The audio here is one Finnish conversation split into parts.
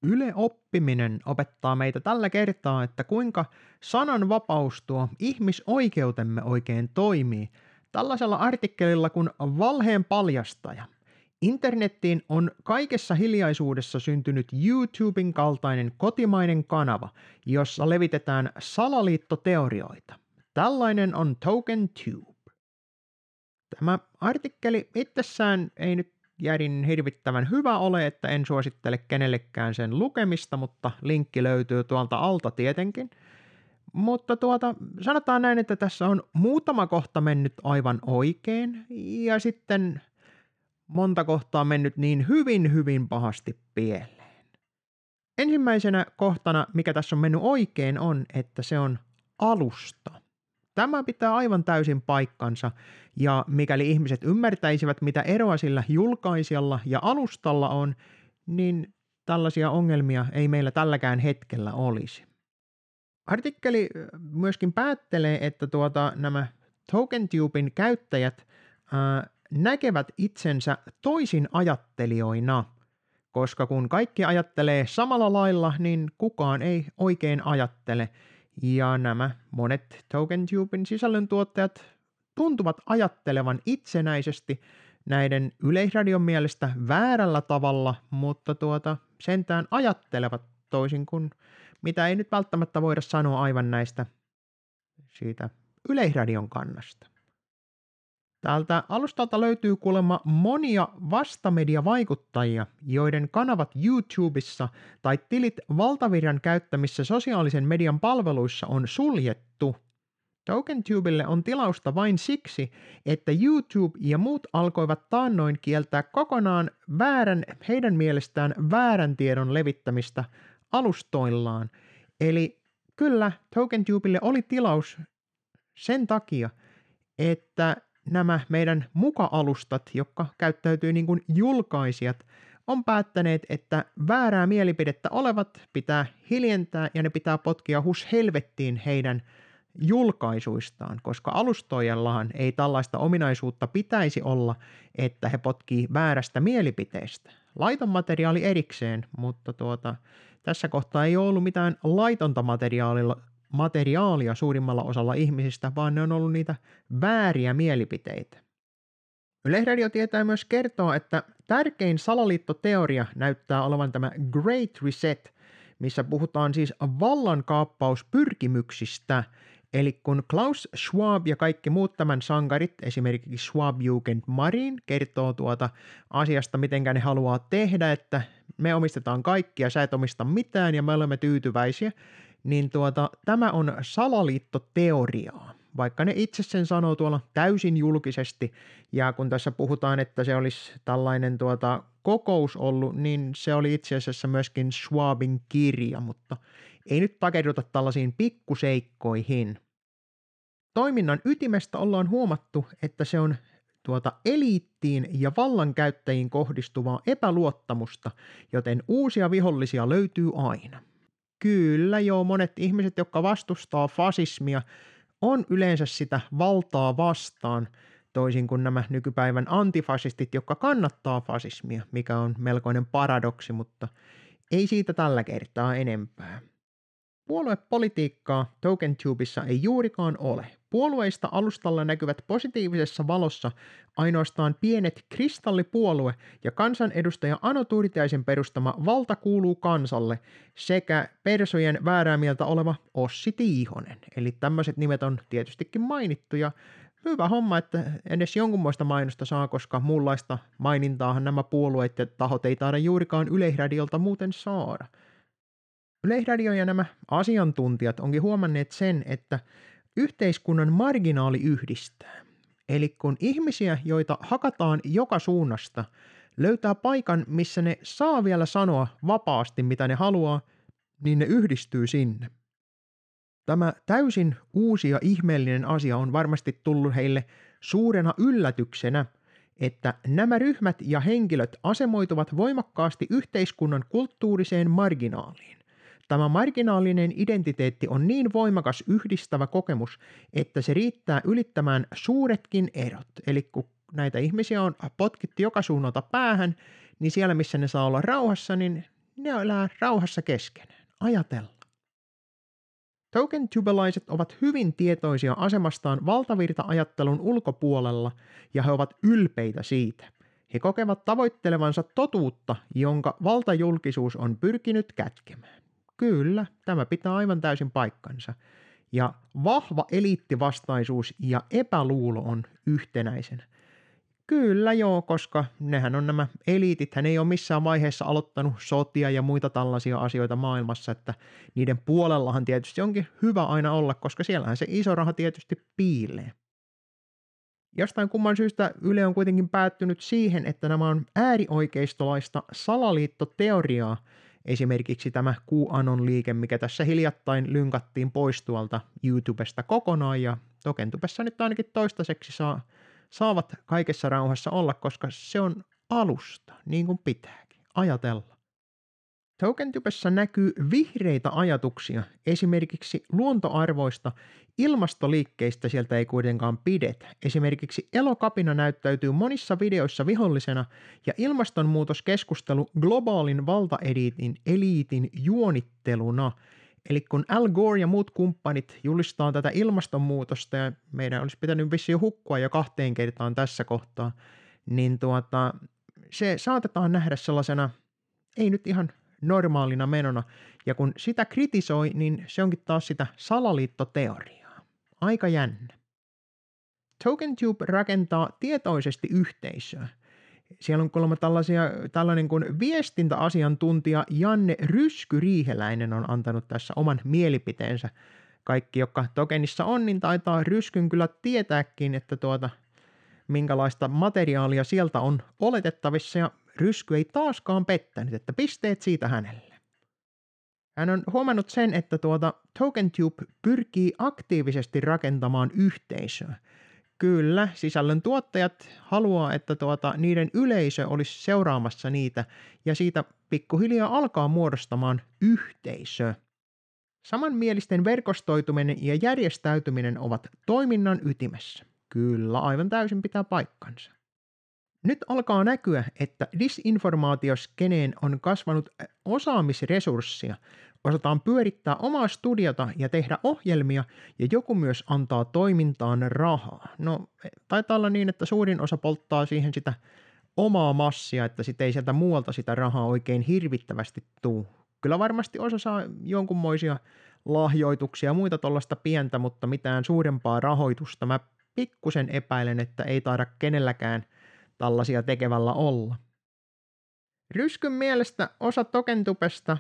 Yle Oppiminen opettaa meitä tällä kertaa, että kuinka sananvapaus tuo ihmisoikeutemme oikein toimii. Tällaisella artikkelilla kuin Valheen paljastaja. Internettiin on kaikessa hiljaisuudessa syntynyt YouTuben kaltainen kotimainen kanava, jossa levitetään salaliittoteorioita. Tällainen on TokenTube. Tämä artikkeli itsessään ei nyt järin hirvittävän hyvä ole, että en suosittele kenellekään sen lukemista, mutta linkki löytyy tuolta alta tietenkin. Mutta sanotaan näin, että tässä on muutama kohta mennyt aivan oikein ja sitten monta kohtaa mennyt niin hyvin pahasti pieleen. Ensimmäisenä kohtana, mikä tässä on mennyt oikein, on, että se on alusta. Tämä pitää aivan täysin paikkansa, ja mikäli ihmiset ymmärtäisivät, mitä eroa sillä julkaisijalla ja alustalla on, niin tällaisia ongelmia ei meillä tälläkään hetkellä olisi. Artikkeli myöskin päättelee, että nämä TokenTuben käyttäjät näkevät itsensä toisin ajattelijoina, koska kun kaikki ajattelee samalla lailla, niin kukaan ei oikein ajattele. Ja nämä monet TokenTuben sisällöntuottajat tuntuvat ajattelevan itsenäisesti näiden Yleisradion mielestä väärällä tavalla, mutta sentään ajattelevat toisin kuin mitä ei nyt välttämättä voida sanoa aivan näistä siitä Yleisradion kannasta. Täältä alustalta löytyy kuulemma monia vastamediavaikuttajia, joiden kanavat YouTubessa tai tilit valtavirran käyttämissä sosiaalisen median palveluissa on suljettu. TokenTubelle on tilausta vain siksi, että YouTube ja muut alkoivat taannoin kieltää kokonaan heidän mielestään väärän tiedon levittämistä alustoillaan. Eli kyllä TokenTubelle oli tilaus sen takia, että nämä meidän muka-alustat, jotka käyttäytyy niin kuin julkaisijat, on päättäneet, että väärää mielipidettä olevat pitää hiljentää ja ne pitää potkia helvettiin heidän julkaisuistaan, koska alustoijallahan ei tällaista ominaisuutta pitäisi olla, että he potkii väärästä mielipiteestä. Laiton materiaali erikseen, mutta tässä kohtaa ei ole ollut mitään laitonta materiaalia suurimmalla osalla ihmisistä, vaan ne on ollut niitä vääriä mielipiteitä. Yleisradio tietää myös kertoa, että tärkein salaliittoteoria näyttää olevan tämä Great Reset, missä puhutaan siis vallankaappauspyrkimyksistä. Eli kun Klaus Schwab ja kaikki muut tämän sankarit, esimerkiksi Schwab-Jugend Marin, kertoo asiasta, miten ne haluaa tehdä, että me omistetaan kaikkia, sä et omista mitään ja me olemme tyytyväisiä, niin tämä on salaliittoteoriaa, vaikka ne itse sen sanoo tuolla täysin julkisesti, ja kun tässä puhutaan, että se olisi tällainen kokous ollut, niin se oli itse asiassa myöskin Schwabin kirja, mutta ei nyt takerruta tällaisiin pikkuseikkoihin. Toiminnan ytimestä ollaan huomattu, että se on eliittiin ja vallankäyttäjiin kohdistuvaa epäluottamusta, joten uusia vihollisia löytyy aina. Kyllä joo, monet ihmiset, jotka vastustaa fasismia, on yleensä sitä valtaa vastaan, toisin kuin nämä nykypäivän antifasistit, jotka kannattaa fasismia, mikä on melkoinen paradoksi, mutta ei siitä tällä kertaa enempää. Puoluepolitiikkaa TokenTubessa ei juurikaan ole. Puolueista alustalla näkyvät positiivisessa valossa ainoastaan pienet Kristallipuolue ja kansanedustaja Ano Turtiaisen perustama Valta kuuluu kansalle sekä persojen väärää mieltä oleva Ossi Tiihonen. Eli tämmöiset nimet on tietystikin mainittu ja hyvä homma, että edes jonkunmoista mainosta saa, koska muunlaista mainintaahan nämä puolueet ja tahot ei taida juurikaan Yleisradiolta muuten saada. Yleisradio ja nämä asiantuntijat onkin huomanneet sen, että yhteiskunnan marginaali yhdistää. Eli kun ihmisiä, joita hakataan joka suunnasta, löytää paikan, missä ne saa vielä sanoa vapaasti, mitä ne haluaa, niin ne yhdistyy sinne. Tämä täysin uusi ja ihmeellinen asia on varmasti tullut heille suurena yllätyksenä, että nämä ryhmät ja henkilöt asemoituvat voimakkaasti yhteiskunnan kulttuuriseen marginaaliin. Tämä marginaalinen identiteetti on niin voimakas yhdistävä kokemus, että se riittää ylittämään suuretkin erot. Eli kun näitä ihmisiä on potkittu joka suunnalta päähän, niin siellä missä ne saa olla rauhassa, niin ne elää rauhassa keskenään. Ajatella. Tokentubelaiset ovat hyvin tietoisia asemastaan valtavirta-ajattelun ulkopuolella ja he ovat ylpeitä siitä. He kokevat tavoittelevansa totuutta, jonka valtajulkisuus on pyrkinyt kätkemään. Kyllä, tämä pitää aivan täysin paikkansa. Ja vahva eliittivastaisuus ja epäluulo on yhtenäisenä. Kyllä joo, koska nehän on nämä eliitit, hän ei ole missään vaiheessa aloittanut sotia ja muita tällaisia asioita maailmassa, että niiden puolellahan tietysti onkin hyvä aina olla, koska siellähän se iso raha tietysti piilee. Jostain kumman syystä Yle on kuitenkin päättynyt siihen, että nämä on äärioikeistolaista salaliittoteoriaa, esimerkiksi tämä QAnon liike, mikä tässä hiljattain lynkattiin pois tuolta YouTubesta kokonaan, ja Tokentubessa nyt ainakin toistaiseksi saavat kaikessa rauhassa olla, koska se on alusta, niin kuin pitääkin. Ajatella. Tokentubessa näkyy vihreitä ajatuksia, esimerkiksi luontoarvoista, ilmastoliikkeistä sieltä ei kuitenkaan pidetä. Esimerkiksi elokapina näyttäytyy monissa videoissa vihollisena ja ilmastonmuutoskeskustelu globaalin eliitin juonitteluna. Eli kun Al Gore ja muut kumppanit julistaa tätä ilmastonmuutosta ja meidän olisi pitänyt vissiin hukkua jo 2 kertaan tässä kohtaa, niin se saatetaan nähdä sellaisena, ei nyt ihan normaalina menona, ja kun sitä kritisoi, niin se onkin taas sitä salaliittoteoriaa. Aika jännä. Tokentube rakentaa tietoisesti yhteisöä. Siellä on kuulemma tällainen kuin viestintäasiantuntija Janne Rysky-Riiheläinen on antanut tässä oman mielipiteensä. Kaikki, jotka Tokenissa on, niin taitaa Ryskyn kyllä tietääkin, että minkälaista materiaalia sieltä on oletettavissa, ja Rysky ei taaskaan pettänyt, että pisteet siitä hänelle. Hän on huomannut sen, että Tokentube pyrkii aktiivisesti rakentamaan yhteisöä. Kyllä, sisällön tuottajat haluaa, että niiden yleisö olisi seuraamassa niitä, ja siitä pikkuhiljaa alkaa muodostamaan yhteisö. Samanmielisten verkostoituminen ja järjestäytyminen ovat toiminnan ytimessä. Kyllä, aivan täysin pitää paikkansa. Nyt alkaa näkyä, että disinformaatioskeneen on kasvanut osaamisresurssia. Osataan pyörittää omaa studiota ja tehdä ohjelmia, ja joku myös antaa toimintaan rahaa. No, taitaa olla niin, että suurin osa polttaa siihen sitä omaa massia, että sit ei sieltä muualta sitä rahaa oikein hirvittävästi tuu. Kyllä varmasti osa saa jonkunmoisia lahjoituksia ja muita tuollaista pientä, mutta mitään suurempaa rahoitusta. Mä pikkusen epäilen, että ei taida kenelläkään tällaisia tekevällä olla. Ryskyn mielestä osa Tokentubesta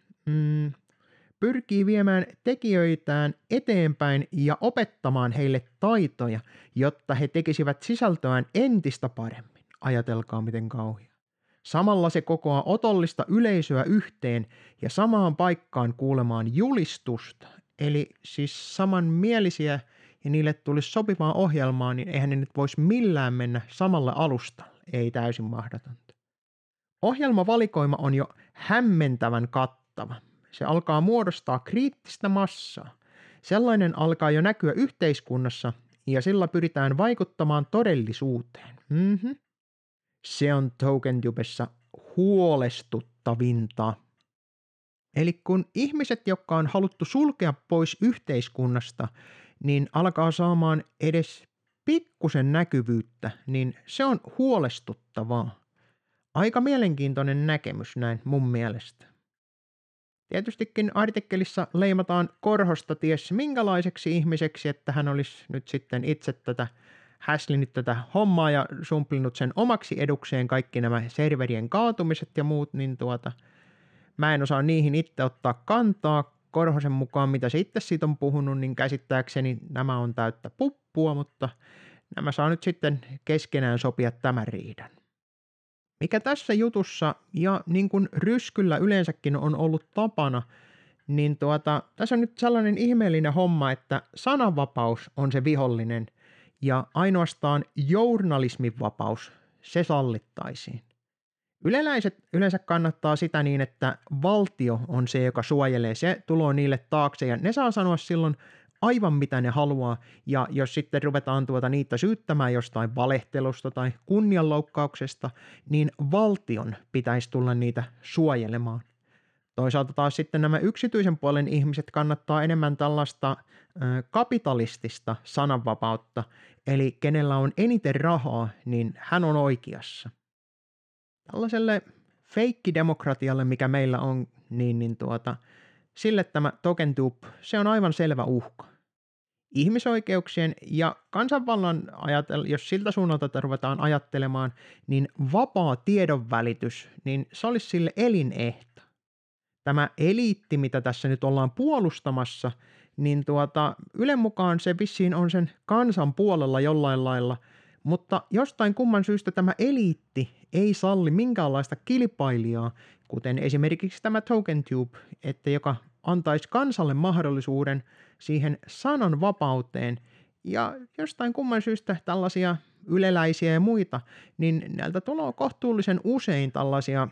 pyrkii viemään tekijöitään eteenpäin ja opettamaan heille taitoja, jotta he tekisivät sisältöään entistä paremmin. Ajatelkaa miten kauhea. Samalla se kokoaa otollista yleisöä yhteen ja samaan paikkaan kuulemaan julistusta. Eli siis samanmielisiä ja niille tulisi sopivaa ohjelmaa, niin eihän ne nyt voisi millään mennä samalle alustalle. Ei täysin mahdotonta. Ohjelmavalikoima on jo hämmentävän kattava. Se alkaa muodostaa kriittistä massaa. Sellainen alkaa jo näkyä yhteiskunnassa ja sillä pyritään vaikuttamaan todellisuuteen. Se on Tokentubessa huolestuttavinta. Eli kun ihmiset, jotka on haluttu sulkea pois yhteiskunnasta, niin alkaa saamaan edes pikkusen näkyvyyttä, niin se on huolestuttavaa. Aika mielenkiintoinen näkemys näin mun mielestä. Tietystikin artikkelissa leimataan Korhosta ties minkälaiseksi ihmiseksi, että hän olisi nyt sitten itse häslinnyt tätä hommaa ja sumplinut sen omaksi edukseen kaikki nämä serverien kaatumiset ja muut, niin mä en osaa niihin itse ottaa kantaa. Korhosen mukaan, mitä se itse siitä on puhunut, niin käsittääkseni nämä on täyttä puppua, mutta nämä saa nyt sitten keskenään sopia tämän riidan. Mikä tässä jutussa ja niin kuin Ryskyllä yleensäkin on ollut tapana, niin tässä on nyt sellainen ihmeellinen homma, että sananvapaus on se vihollinen ja ainoastaan journalismin vapaus, se sallittaisiin. Yleläiset yleensä kannattaa sitä niin, että valtio on se, joka suojelee, se tulo niille taakse ja ne saa sanoa silloin aivan mitä ne haluaa, ja jos sitten ruvetaan niitä syyttämään jostain valehtelusta tai kunnianloukkauksesta, niin valtion pitäisi tulla niitä suojelemaan. Toisaalta taas sitten nämä yksityisen puolen ihmiset kannattaa enemmän tällaista kapitalistista sananvapautta, eli kenellä on eniten rahaa, niin hän on oikeassa. Tällaiselle feikkidemokratialle, mikä meillä on, sille tämä TokenTube, se on aivan selvä uhka. Ihmisoikeuksien ja kansanvallan jos siltä suunnalta ruvetaan ajattelemaan, niin vapaa tiedonvälitys, niin se olisi sille elinehto. Tämä eliitti, mitä tässä nyt ollaan puolustamassa, niin Ylen mukaan se vissiin on sen kansan puolella jollain lailla, mutta jostain kumman syystä tämä eliitti ei salli minkäänlaista kilpailijaa, kuten esimerkiksi tämä TokenTube, joka antaisi kansalle mahdollisuuden siihen sananvapauteen, ja jostain kumman syystä tällaisia yleläisiä ja muita, niin näiltä tulee kohtuullisen usein tällaisia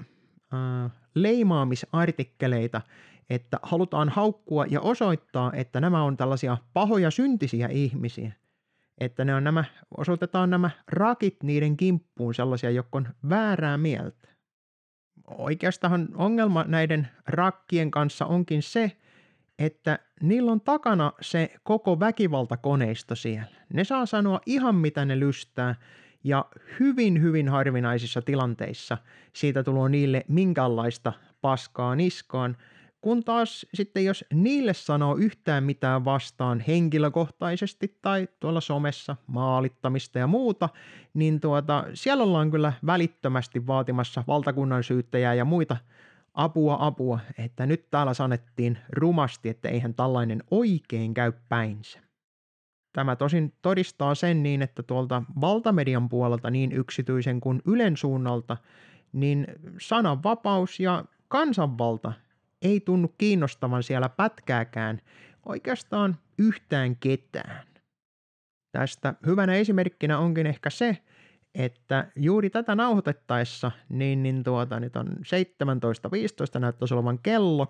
leimaamisartikkeleita, että halutaan haukkua ja osoittaa, että nämä on tällaisia pahoja syntisiä ihmisiä. Että osoitetaan nämä rakit niiden kimppuun sellaisia, jotka on väärää mieltä. Oikeastaan ongelma näiden rakkien kanssa onkin se, että niillä on takana se koko väkivaltakoneisto siellä. Ne saa sanoa ihan mitä ne lystää, ja hyvin, hyvin harvinaisissa tilanteissa siitä tulee niille minkäänlaista paskaa niskaan, kun taas sitten jos niille sanoo yhtään mitään vastaan henkilökohtaisesti tai tuolla somessa maalittamista ja muuta, niin siellä ollaan kyllä välittömästi vaatimassa valtakunnan syyttäjää ja muita apua, että nyt täällä sanettiin rumasti, että eihän tällainen oikein käy päinsä. Tämä tosin todistaa sen niin, että tuolta valtamedian puolelta niin yksityisen kuin Ylen suunnalta, niin sananvapaus ja kansanvalta ei tunnu kiinnostavan siellä pätkääkään oikeastaan yhtään ketään. Tästä hyvänä esimerkkinä onkin ehkä se, että juuri tätä nauhoitettaessa, nyt on 17.15, näyttäisi olevan kello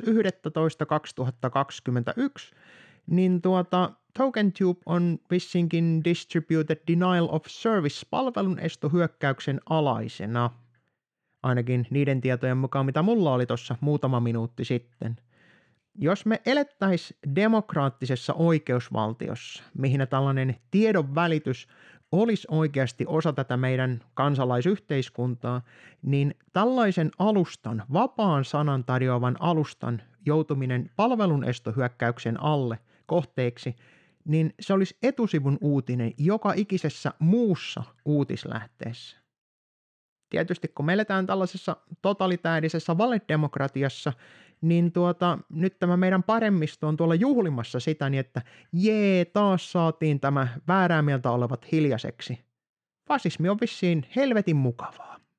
3.11.2021, niin TokenTube on vissinkin Distributed Denial of Service-palvelun estohyökkäyksen alaisena. Ainakin niiden tietojen mukaan, mitä mulla oli tuossa muutama minuutti sitten. Jos me elettäisiin demokraattisessa oikeusvaltiossa, mihin tällainen tiedon välitys olisi oikeasti osa tätä meidän kansalaisyhteiskuntaa, niin tällaisen alustan, vapaan sanan tarjoavan alustan joutuminen palvelun estohyökkäyksen alle kohteeksi, niin se olisi etusivun uutinen joka ikisessä muussa uutislähteessä. Tietysti kun me eletään tällaisessa totalitäärisessä valedemokratiassa, niin nyt tämä meidän paremmisto on tuolla juhlimassa sitä niin, että jee, taas saatiin tämä väärää mieltä olevat hiljaiseksi. Fasismi on vissiin helvetin mukavaa.